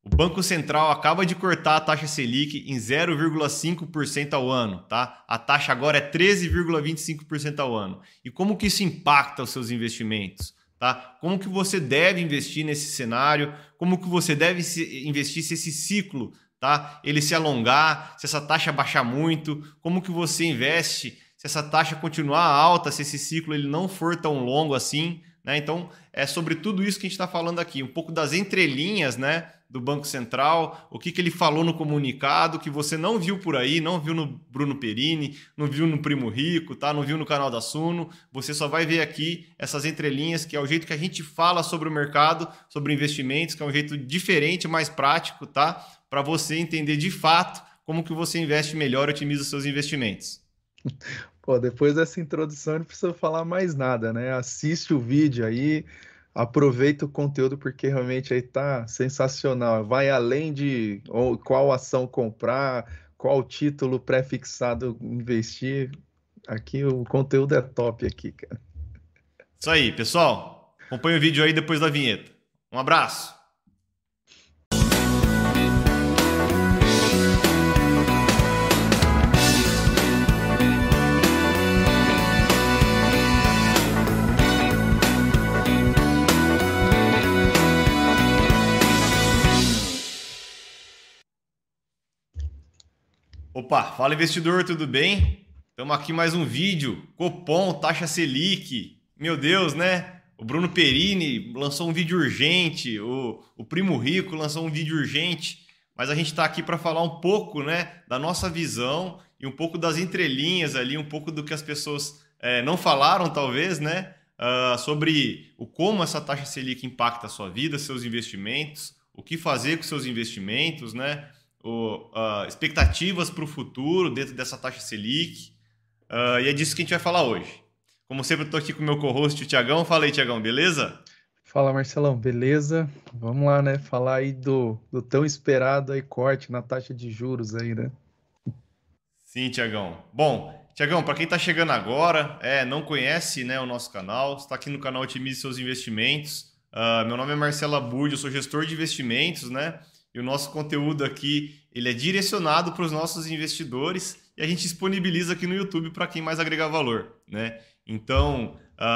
O Banco Central acaba de cortar a taxa Selic em 0,5% ao ano, tá? A taxa agora é 13,25% ao ano. E como que isso impacta os seus investimentos, tá? Como que você deve investir nesse cenário? Como que você deve investir se esse ciclo, tá, ele se alongar, se essa taxa baixar muito? Como que você investe se essa taxa continuar alta, se esse ciclo ele não for tão longo assim, né? Então, é sobre tudo isso que a gente está falando aqui, um pouco das entrelinhas, né, do Banco Central, o que ele falou no comunicado, que você não viu por aí, não viu no Bruno Perini, não viu no Primo Rico, tá? Não viu no canal da Suno, você só vai ver aqui essas entrelinhas, que é o jeito que a gente fala sobre o mercado, sobre investimentos, que é um jeito diferente, mais prático, tá? Para você entender de fato como que você investe melhor e otimiza os seus investimentos. Pô, depois dessa introdução não precisa falar mais nada, né? Assiste o vídeo aí, aproveita o conteúdo porque realmente aí tá sensacional. Vai além de qual ação comprar, qual título pré-fixado investir. Aqui o conteúdo é top aqui, cara. Isso aí, pessoal. Acompanhe o vídeo aí depois da vinheta. Um abraço. Opa, fala investidor, tudo bem? Estamos aqui mais um vídeo. Copom, taxa Selic. Meu Deus, né? O Bruno Perini lançou um vídeo urgente, o Primo Rico lançou um vídeo urgente, mas a gente está aqui para falar um pouco, né, da nossa visão e um pouco das entrelinhas ali, um pouco do que as pessoas não falaram, talvez, né? Sobre o como essa taxa Selic impacta a sua vida, seus investimentos, o que fazer com seus investimentos, né? Expectativas para o futuro dentro dessa taxa Selic. E é disso que a gente vai falar hoje. Como sempre, eu estou aqui com o meu co-host, o Tiagão. Fala aí, Tiagão, beleza? Fala, Marcelão, beleza? Vamos lá, né? Falar aí do tão esperado aí corte na taxa de juros aí, né? Sim, Tiagão. Bom, Tiagão, para quem está chegando agora, não conhece, né, o nosso canal, está aqui no canal Otimize Seus Investimentos. Meu nome é Marcelo Abud, eu sou gestor de investimentos, né? E o nosso conteúdo aqui, ele é direcionado para os nossos investidores e a gente disponibiliza aqui no YouTube para quem mais agregar valor, né? Então,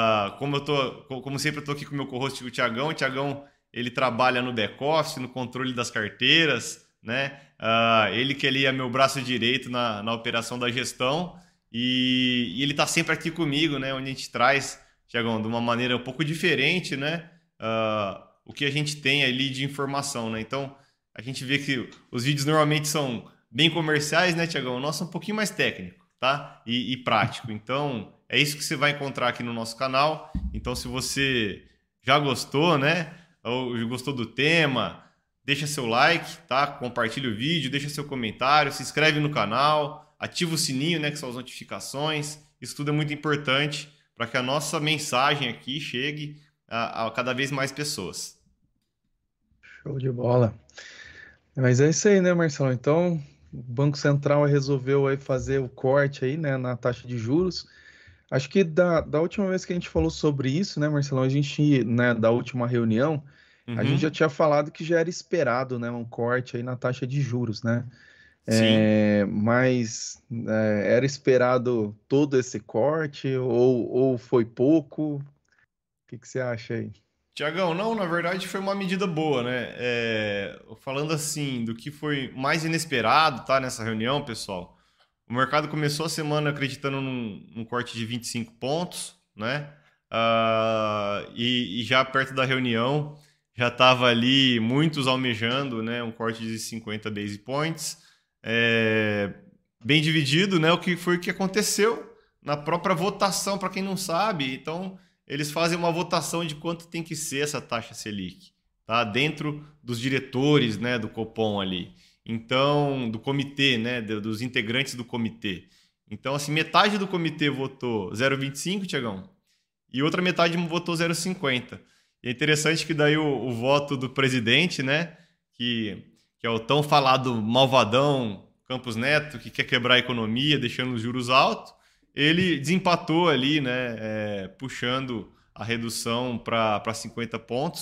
como sempre, eu estou aqui com o meu co-host, o Tiagão. O Tiagão, ele trabalha no back-office, no controle das carteiras, né? Ele que ele é meu braço direito na operação da gestão e ele está sempre aqui comigo, né? Onde a gente traz, Tiagão, de uma maneira um pouco diferente, né? O que a gente tem ali de informação, né? Então, a gente vê que os vídeos normalmente são bem comerciais, né, Tiagão? O nosso é um pouquinho mais técnico, tá? E prático. Então, é isso que você vai encontrar aqui no nosso canal. Então, se você já gostou, né? Ou gostou do tema, deixa seu like, tá? Compartilha o vídeo, deixa seu comentário, se inscreve no canal, ativa o sininho, né? Que são as notificações. Isso tudo é muito importante para que a nossa mensagem aqui chegue a cada vez mais pessoas. Show de bola. Mas é isso aí, né, Marcelo? Então, o Banco Central resolveu aí fazer o corte aí, né, na taxa de juros. Acho que da última vez que a gente falou sobre isso, né, Marcelo, a gente, né, da última reunião, a gente já Uhum. tinha falado que já era esperado, né, um corte aí na taxa de juros, né? Sim. Mas era esperado todo esse corte ou foi pouco? O que você acha aí? Tiagão, não, na verdade foi uma medida boa, né? Falando assim, do que foi mais inesperado, tá, nessa reunião, pessoal. O mercado começou a semana acreditando num corte de 25 pontos, né? E já perto da reunião já estava ali muitos almejando, né, um corte de 50 base points. É, Bem dividido, né? O que aconteceu na própria votação, para quem não sabe. Então, eles fazem uma votação de quanto tem que ser essa taxa Selic, tá? Dentro dos diretores, né, do Copom ali. Então, do comitê, né, dos integrantes do comitê. Então, assim, metade do comitê votou 0,25, Tiagão, e outra metade votou 0,50. E é interessante que daí o voto do presidente, né, que é o tão falado malvadão Campos Neto, que quer quebrar a economia, deixando os juros altos, ele desempatou ali, né, puxando a redução para 50 pontos.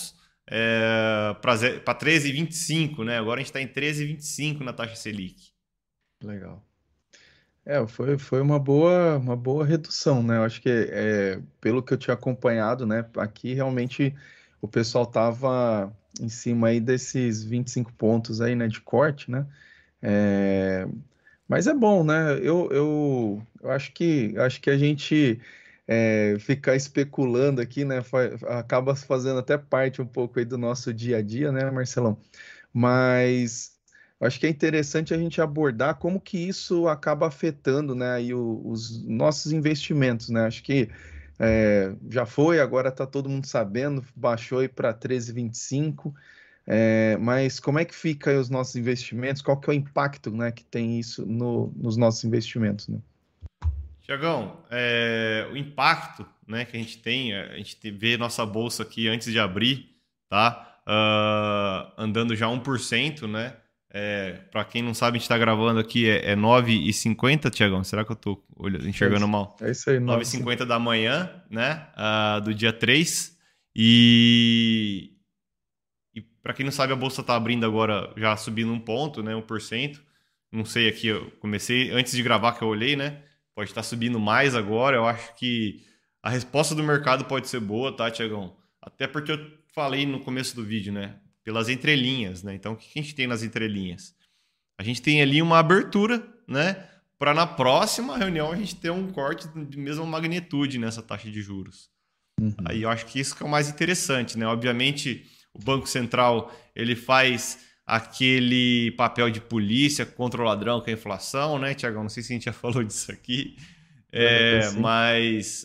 para 13,25, né? Agora a gente está em 13,25 na taxa Selic. Legal. Foi uma boa redução, né? Eu acho que pelo que eu tinha acompanhado, né? Aqui realmente o pessoal tava em cima aí desses 25 pontos aí, né? De corte, né? É, mas é bom, né? Eu acho que a gente ficar especulando aqui, né? Acaba fazendo até parte um pouco aí do nosso dia a dia, né, Marcelão? Mas eu acho que é interessante a gente abordar como que isso acaba afetando, né, aí os nossos investimentos, né? Acho que já foi, agora está todo mundo sabendo, baixou aí para 13,25, mas como é que fica aí os nossos investimentos? Qual que é o impacto, né, que tem isso nos nossos investimentos, né? Tiagão, o impacto, né, que a gente vê nossa bolsa aqui antes de abrir, tá? Andando já 1%, né? Para quem não sabe, a gente está gravando aqui, é 9h50, Tiagão. Será que eu estou enxergando mal? É isso aí, 9h50 da manhã, né? Do dia 3. E para quem não sabe, a bolsa está abrindo agora, já subindo 1 ponto, né? 1%. Não sei aqui, eu comecei antes de gravar que eu olhei, né? Pode estar subindo mais agora. Eu acho que a resposta do mercado pode ser boa, tá, Tiagão? Até porque eu falei no começo do vídeo, né? Pelas entrelinhas, né? Então, o que a gente tem nas entrelinhas? A gente tem ali uma abertura, né? Para na próxima reunião a gente ter um corte de mesma magnitude nessa taxa de juros. Aí Uhum. eu acho que isso que é o mais interessante, né? Obviamente, o Banco Central ele faz aquele papel de polícia contra o ladrão, que é a inflação, né, Tiagão? Não sei se a gente já falou disso aqui, Sim. mas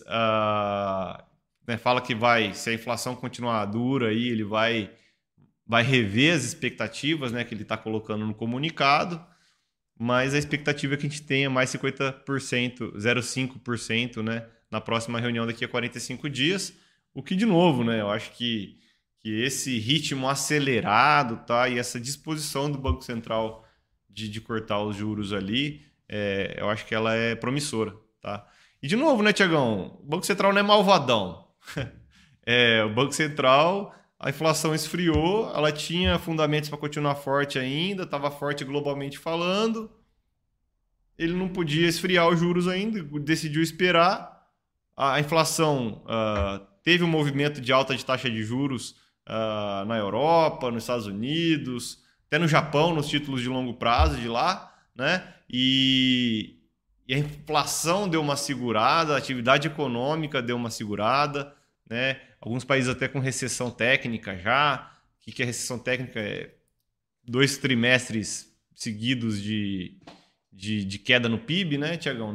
né, fala que se a inflação continuar dura aí, ele vai rever as expectativas, né, que ele está colocando no comunicado, mas a expectativa é que a gente tenha mais 50%, 0,5%, né, na próxima reunião daqui a 45 dias, o que, de novo, né, eu acho que esse ritmo acelerado, tá, e essa disposição do Banco Central de cortar os juros ali, eu acho que ela é promissora, tá? E, de novo, né, Tiagão, o Banco Central não é malvadão. O Banco Central, a inflação esfriou, ela tinha fundamentos para continuar forte ainda, estava forte globalmente falando, ele não podia esfriar os juros ainda, decidiu esperar. A inflação teve um movimento de alta de taxa de juros na Europa, nos Estados Unidos, até no Japão, nos títulos de longo prazo de lá, né? E a inflação deu uma segurada, a atividade econômica deu uma segurada, né? Alguns países até com recessão técnica já. O que é recessão técnica? 2 trimestres seguidos de queda no PIB, né, Tiagão?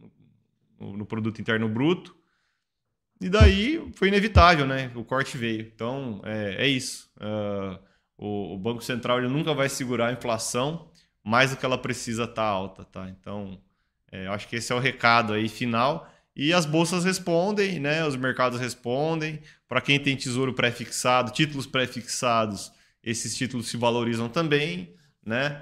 No Produto Interno Bruto. E daí foi inevitável, né? O corte veio. Então, é isso. O Banco Central ele nunca vai segurar a inflação mais do que ela precisa estar alta, tá? Então, eu acho que esse é o recado aí final. E as bolsas respondem, né? Os mercados respondem. Para quem tem tesouro pré-fixado, títulos pré-fixados, esses títulos se valorizam também, né?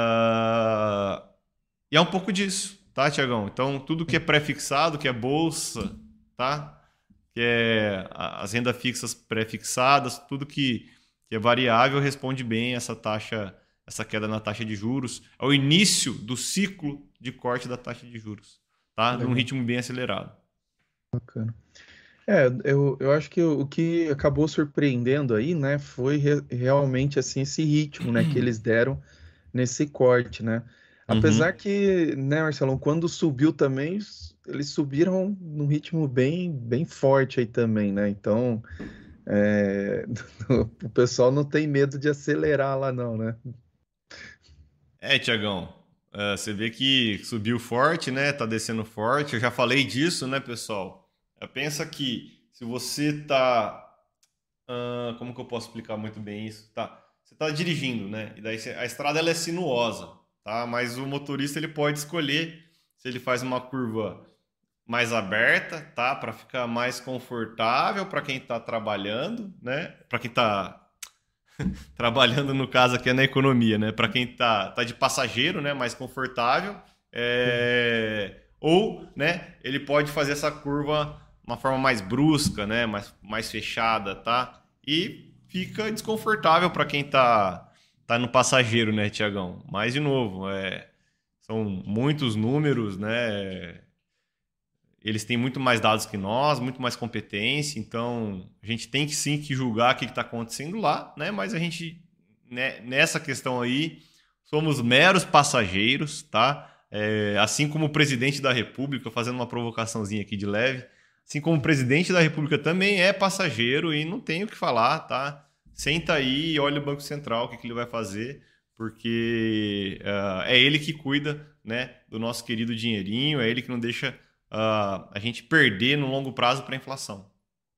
E é um pouco disso, tá, Tiagão? Então, tudo que é pré-fixado, que é bolsa, tá? Que é as rendas fixas pré-fixadas, tudo que é variável responde bem essa taxa, essa queda na taxa de juros. É o início do ciclo de corte da taxa de juros, tá? Num Legal, ritmo bem acelerado. bacana. Eu acho que o que acabou surpreendendo aí, né, foi realmente assim esse ritmo, né, que eles deram nesse corte, né? Apesar Uhum. que, né, Marcelão, quando subiu também, eles subiram num ritmo bem forte aí também, né? Então, o pessoal não tem medo de acelerar lá não, né? Tiagão, você vê que subiu forte, né? Tá descendo forte. Eu já falei disso, né, pessoal? Pensa que se você tá. Como que eu posso explicar muito bem isso? Tá. Você tá dirigindo, né? E daí a estrada ela é sinuosa, tá? Mas o motorista ele pode escolher se ele faz uma curva mais aberta, tá? Para ficar mais confortável para quem tá trabalhando, né? Para quem tá trabalhando no caso aqui é na economia, né? Para quem tá de passageiro, né? Mais confortável. Ou, né? Ele pode fazer essa curva de uma forma mais brusca, né? Mais fechada, tá? E fica desconfortável para quem tá no passageiro, né, Tiagão? Mas, de novo, são muitos números, né? Eles têm muito mais dados que nós, muito mais competência, então a gente tem que sim que julgar o que está acontecendo lá, né? Mas a gente, né, nessa questão aí, somos meros passageiros, tá? Assim como o presidente da República, fazendo uma provocaçãozinha aqui de leve, assim como o presidente da República também é passageiro e não tem o que falar, tá? Senta aí e olha o Banco Central, o que ele vai fazer, porque é ele que cuida, né, do nosso querido dinheirinho, é ele que não deixa a gente perder no longo prazo para a inflação.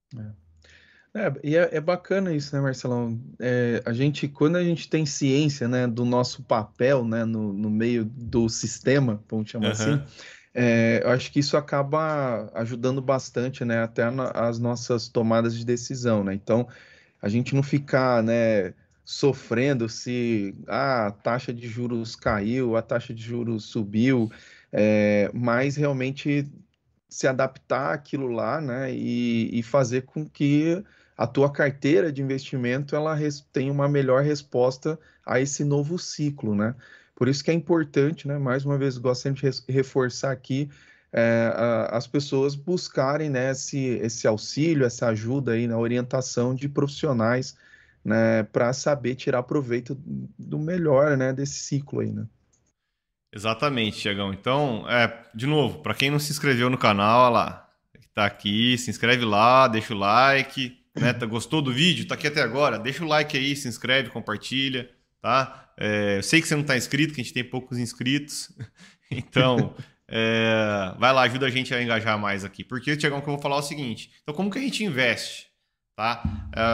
E é bacana isso, né, Marcelão? Quando a gente tem ciência, né, do nosso papel, né, no meio do sistema, vamos chamar assim, Aham. eu acho que isso acaba ajudando bastante, né, até as nossas tomadas de decisão, né? Então, a gente não ficar, né, sofrendo se a taxa de juros caiu, a taxa de juros subiu, mas realmente se adaptar àquilo lá, né, e fazer com que a tua carteira de investimento ela tenha uma melhor resposta a esse novo ciclo, né? Por isso que é importante, né? Mais uma vez, gosto sempre de reforçar aqui as pessoas buscarem, né, esse auxílio, essa ajuda aí na orientação de profissionais, né, para saber tirar proveito do melhor, né, desse ciclo aí, né? Exatamente, Tiagão. Então, de novo, para quem não se inscreveu no canal, olha lá, que tá aqui, se inscreve lá, deixa o like, né? Gostou do vídeo? Tá aqui até agora? Deixa o like aí, se inscreve, compartilha, tá? Eu sei que você não tá inscrito, que a gente tem poucos inscritos, então vai lá, ajuda a gente a engajar mais aqui. Porque, Tiagão, que eu vou falar é o seguinte: então, como que a gente investe, tá?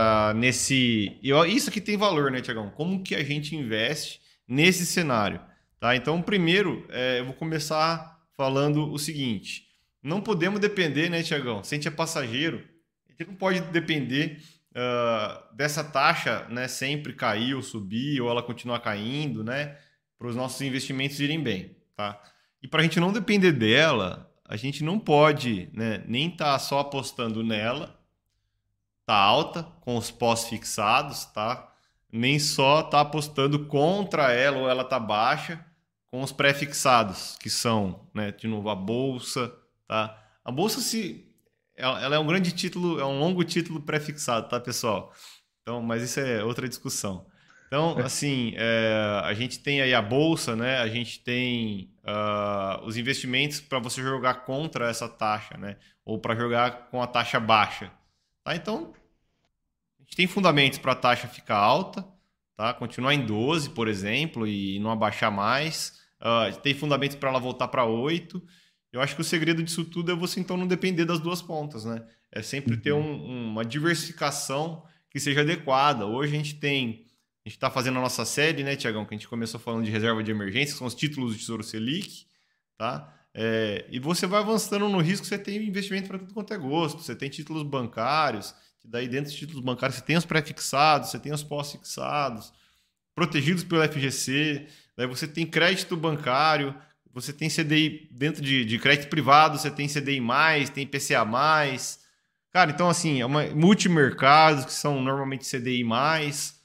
Isso aqui tem valor, né, Tiagão? Como que a gente investe nesse cenário? Tá? Então, primeiro, eu vou começar falando o seguinte: não podemos depender, né, Tiagão? Se a gente é passageiro, a gente não pode depender dessa taxa, né, sempre cair ou subir, ou ela continuar caindo, né, para os nossos investimentos irem bem, tá? E para a gente não depender dela, a gente não pode, né, nem estar só apostando nela, tá alta, com os pós-fixados, tá? Nem só tá apostando contra ela ou ela tá baixa com os pré-fixados, que são, né, de novo, a bolsa, tá? A bolsa ela é um grande título, é um longo título pré-fixado, tá, pessoal? Então, mas isso é outra discussão. Então, assim, a gente tem aí a bolsa, né? A gente tem os investimentos para você jogar contra essa taxa, né? Ou para jogar com a taxa baixa. Tá? Então, a gente tem fundamentos para a taxa ficar alta, tá? Continuar em 12, por exemplo, e não abaixar mais. Tem fundamentos para ela voltar para 8. Eu acho que o segredo disso tudo é você então não depender das duas pontas, né? É sempre ter Uhum. uma diversificação que seja adequada. Hoje a gente está fazendo a nossa série, né, Tiagão? Que a gente começou falando de reserva de emergência, que são os títulos do Tesouro Selic, tá? E você vai avançando no risco, você tem investimento para tudo quanto é gosto. Você tem títulos bancários, que daí dentro dos títulos bancários você tem os pré-fixados, você tem os pós-fixados, protegidos pelo FGC, daí você tem crédito bancário, você tem CDI dentro de crédito privado, você tem CDI+, tem IPCA+. Cara, então assim, é multimercados, que são normalmente CDI+,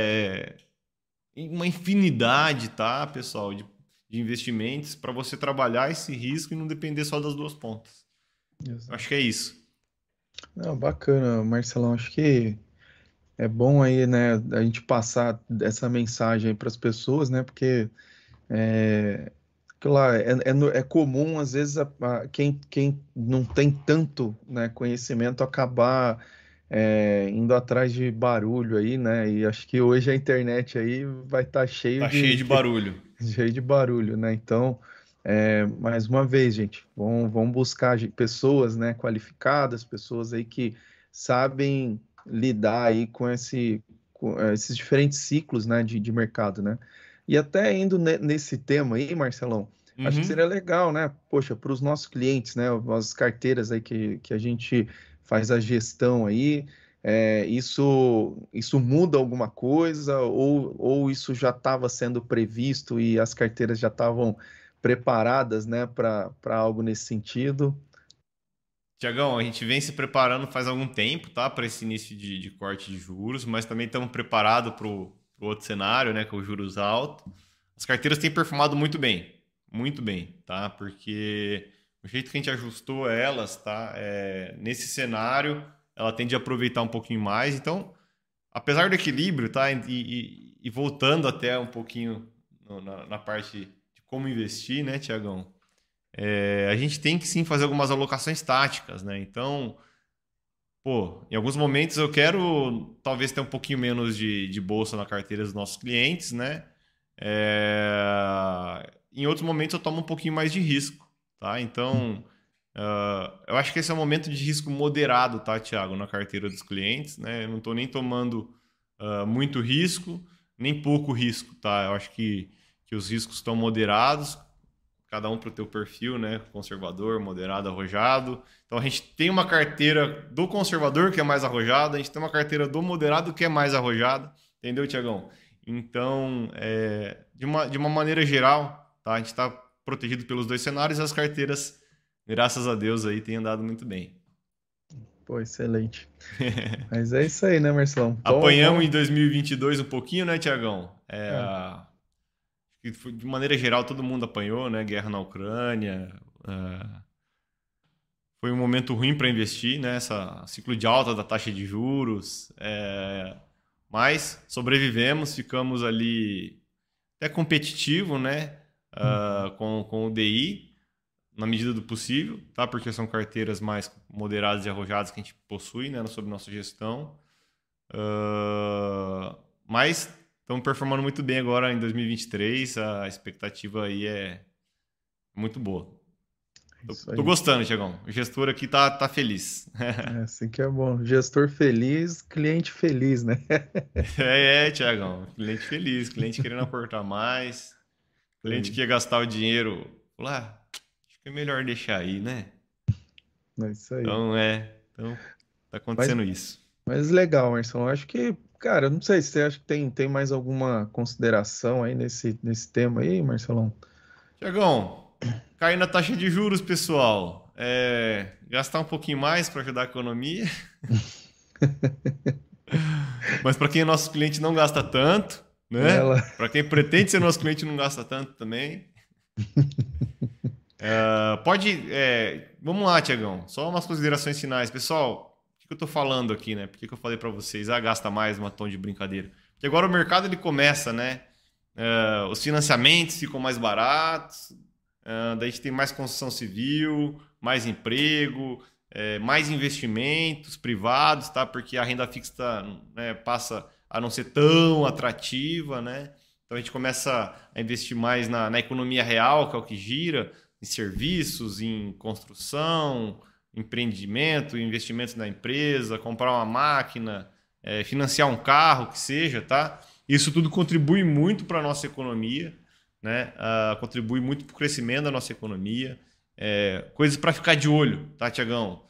uma infinidade, tá, pessoal, de investimentos para você trabalhar esse risco e não depender só das duas pontas. Eu acho Exato. que é isso. Não, bacana, Marcelão. Acho que é bom aí, né, a gente passar essa mensagem aí para as pessoas, né? Porque claro, é comum, às vezes, quem não tem tanto, né, conhecimento acabar indo atrás de barulho aí, né? E acho que hoje a internet aí vai estar cheio Tá cheio de barulho. cheio de barulho, né? Então, mais uma vez, gente, vamos buscar pessoas, né, qualificadas, pessoas aí que sabem lidar aí com esses diferentes ciclos, né, de mercado, né? E até indo nesse tema aí, Marcelão, acho que seria Uhum. legal, né? Poxa, para os nossos clientes, né, as carteiras aí que a gente faz a gestão aí, isso muda alguma coisa ou isso já estava sendo previsto e as carteiras já estavam preparadas, né, para algo nesse sentido? Tiagão, a gente vem se preparando faz algum tempo, tá? Para esse início de corte de juros, mas também estamos preparados para o outro cenário, né? Com os juros altos. As carteiras têm performado muito bem, tá? Porque o jeito que a gente ajustou elas, tá? Nesse cenário, ela tende a aproveitar um pouquinho mais. Então, apesar do equilíbrio, tá? E voltando até um pouquinho na parte de como investir, né, Tiagão? A gente tem que sim fazer algumas alocações táticas, né? Então, pô, em alguns momentos eu quero talvez ter um pouquinho menos de bolsa na carteira dos nossos clientes, né? Em outros momentos eu tomo um pouquinho mais de risco, tá? Então, eu acho que esse é um momento de risco moderado, tá, Thiago, na carteira dos clientes, né? Eu não estou nem tomando muito risco, nem pouco risco, tá? Eu acho que os riscos estão moderados, cada um para o teu perfil, né? Conservador, moderado, arrojado. Então a gente tem uma carteira do conservador que é mais arrojada, a gente tem uma carteira do moderado que é mais arrojada, entendeu, Tiagão? Então, de uma maneira geral, tá? A gente está protegido pelos dois cenários e as carteiras, graças a Deus, aí têm andado muito bem. Pô, excelente. Mas é isso aí, né, Marcelão? Apanhamos em 2022 um pouquinho, né, Tiagão? É, De maneira geral, todo mundo apanhou, né? Guerra na Ucrânia. Foi um momento ruim para investir, né? Essa ciclo de alta da taxa de juros. Mas sobrevivemos, ficamos ali até competitivo, né? Com o DI, na medida do possível, tá? Porque são carteiras mais moderadas e arrojadas que a gente possui, né? Sob nossa gestão. Mas estamos performando muito bem agora em 2023. A expectativa aí é muito boa. isso Tô aí. gostando, Tiagão. O gestor aqui tá feliz. É assim que é bom. Gestor feliz, cliente feliz, né? Tiagão. Cliente feliz, cliente querendo aportar mais, cliente Aí, que ia gastar o dinheiro. Acho que é melhor deixar aí, né? é isso aí. Então tá Mas, acontecendo isso. mas legal, Marcelão. Acho que, cara, não sei se você acha que tem mais alguma consideração aí nesse tema aí, Marcelão? Tiagão, cair na taxa de juros, pessoal. Gastar um pouquinho mais para ajudar a economia, mas para quem é nosso cliente não gasta tanto, né? Ela. Para quem pretende ser nosso cliente não gasta tanto também. Vamos lá, Tiagão. Só umas considerações finais. Pessoal, o que eu tô falando aqui, né? Por que eu falei para vocês? Gasta mais, uma tom de brincadeira. Porque agora o mercado ele começa, né? Os financiamentos ficam mais baratos, daí a gente tem mais construção civil, mais emprego, mais investimentos privados, tá? Porque a renda fixa, né, passa a não ser tão atrativa, né? Então a gente começa a investir mais na economia real, que é o que gira, em serviços, em construção, empreendimento, investimentos na empresa, comprar uma máquina, financiar um carro, que seja, tá? Isso tudo contribui muito para a nossa economia, né? Contribui muito para o crescimento da nossa economia. Coisas para ficar de olho, tá, Tiagão?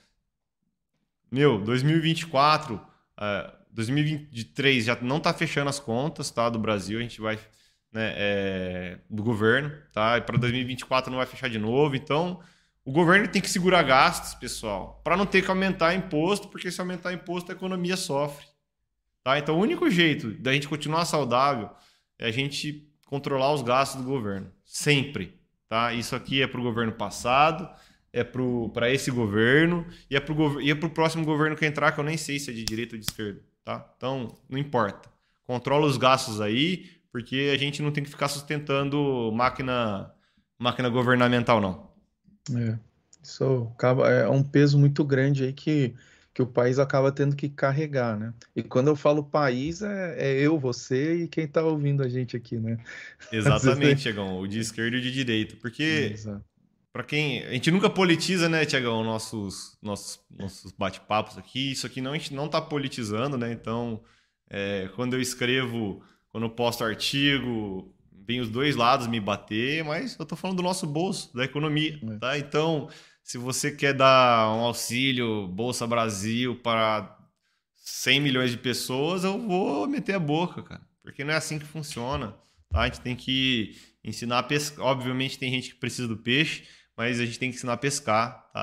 2024, 2023 já não está fechando as contas, tá, do Brasil. A gente vai, né, do governo, tá? E para 2024 não vai fechar de novo. Então, o governo tem que segurar gastos, pessoal, para não ter que aumentar imposto, porque se aumentar imposto a economia sofre. Tá? Então, o único jeito da gente continuar saudável é a gente controlar os gastos do governo. Sempre. Tá? Isso aqui é para o governo passado, para esse governo e é para o próximo governo que entrar, que eu nem sei se é de direita ou de esquerda. Tá? Então, não importa. Controla os gastos aí, porque a gente não tem que ficar sustentando máquina governamental, não. É, isso acaba, é um peso muito grande aí que o país acaba tendo que carregar, né? E quando eu falo país, é eu, você e quem está ouvindo a gente aqui, né? Às vezes, Exatamente, Tiagão. O de esquerda e o de direita. Porque exato. para quem. A gente nunca politiza, né, Tiagão, nossos bate-papos aqui. Isso aqui não, a gente não tá politizando, né? Então, quando eu escrevo, quando eu posto artigo, vem os dois lados me bater, mas eu tô falando do nosso bolso, da economia, É. tá? Então, se você quer dar um auxílio Bolsa Brasil para 100 milhões de pessoas, eu vou meter a boca, cara. Porque não é assim que funciona, tá? A gente tem que ensinar a pescar. Obviamente tem gente que precisa do peixe, mas a gente tem que ensinar a pescar, tá?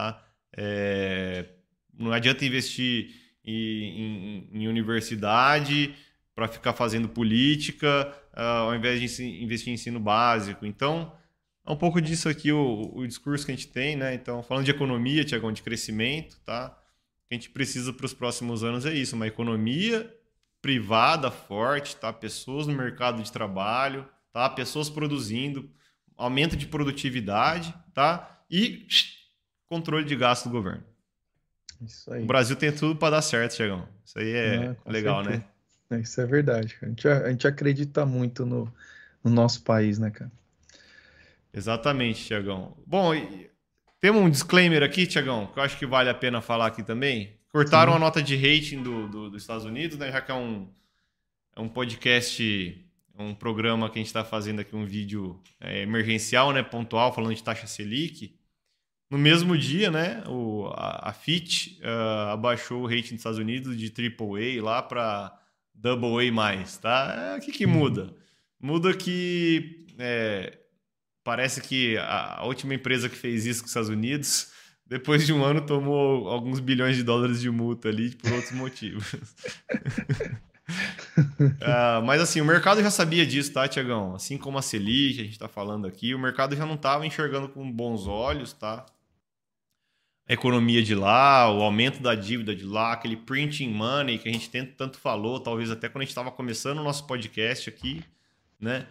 Não adianta investir em universidade para ficar fazendo política, ao invés de investir em ensino básico. Então, é um pouco disso aqui o discurso que a gente tem, né? Então, falando de economia, Tiagão, de crescimento, tá? O que a gente precisa para os próximos anos é isso, uma economia privada forte, tá? Pessoas no mercado de trabalho, tá? Pessoas produzindo, aumento de produtividade, tá? E controle de gasto do governo. Isso O aí. Brasil tem tudo para dar certo, Tiagão. Isso aí é Ah, com legal, né? certeza. Isso é verdade, cara. A gente acredita muito no nosso país, né, cara? Exatamente, Tiagão. Bom, temos um disclaimer aqui, Tiagão, que eu acho que vale a pena falar aqui também. Cortaram a Sim, nota de rating dos Estados Unidos, né? Já que é um podcast, um programa que a gente está fazendo aqui, um vídeo emergencial, né? Pontual, falando de taxa Selic. No mesmo dia, né? A Fitch abaixou o rating dos Estados Unidos de AAA lá para AA+, tá? O que uhum. muda? Muda que parece que a última empresa que fez isso com os Estados Unidos, depois de um ano, tomou alguns bilhões de dólares de multa ali por outros motivos. Mas assim, o mercado já sabia disso, tá, Tiagão? Assim como a Selic, a gente está falando aqui, o mercado já não estava enxergando com bons olhos, tá? A economia de lá, o aumento da dívida de lá, aquele printing money que a gente tanto falou, talvez até quando a gente estava começando o nosso podcast aqui, né?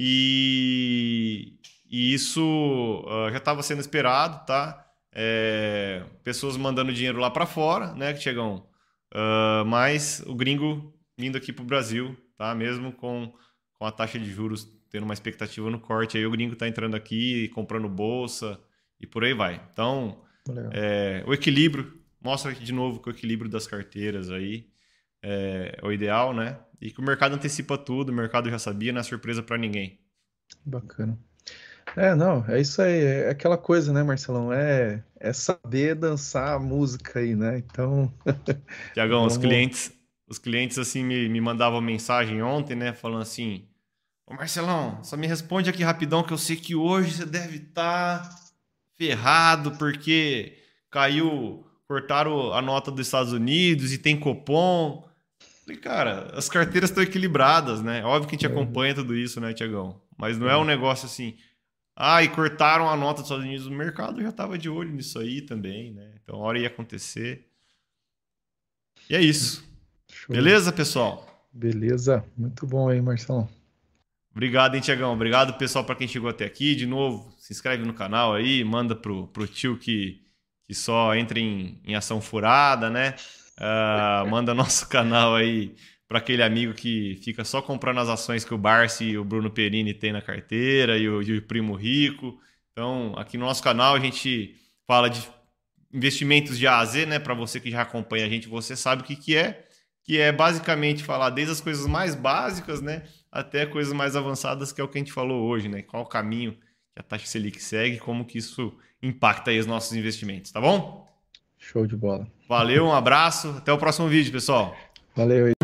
E isso já estava sendo esperado, tá? Pessoas mandando dinheiro lá para fora, né, Tiagão? Mas o gringo vindo aqui para o Brasil, tá? Mesmo com a taxa de juros tendo uma expectativa no corte, aí o gringo está entrando aqui, comprando bolsa e por aí vai. Então, Legal. o equilíbrio, mostra de novo que o equilíbrio das carteiras aí é o ideal, né? E que o mercado antecipa tudo, o mercado já sabia, não é surpresa para ninguém. Bacana. Não, é isso aí, é aquela coisa, né, Marcelão? É saber dançar a música aí, né? Então, Tiagão, vamos. os clientes assim me mandavam mensagem ontem, né? Falando assim: Ô Marcelão, só me responde aqui rapidão que eu sei que hoje você deve estar ferrado porque cortaram a nota dos Estados Unidos e tem Copom. Falei, cara, as carteiras estão equilibradas, né? Óbvio que a gente Uhum. acompanha tudo isso, né, Tiagão? Mas não é um Sim, negócio assim. E cortaram a nota dos Estados Unidos no mercado, eu já estava de olho nisso aí também, né? Então, a hora ia acontecer. E é isso. show. Beleza, pessoal? Beleza, muito bom aí, Marcelão. Obrigado, hein, Tiagão? Obrigado, pessoal, para quem chegou até aqui. De novo, se inscreve no canal aí, manda pro tio que só entra em ação furada, né? Manda nosso canal aí para aquele amigo que fica só comprando as ações que o Barsi e o Bruno Perini tem na carteira e o Primo Rico. Então, aqui no nosso canal a gente fala de investimentos de A a Z, né? Para você que já acompanha a gente, você sabe o que é basicamente falar desde as coisas mais básicas, né? Até coisas mais avançadas, que é o que a gente falou hoje, né? Qual o caminho que a taxa Selic segue, como que isso impacta aí os nossos investimentos, tá bom? Show de bola. Valeu, um abraço, até o próximo vídeo, pessoal. Valeu aí.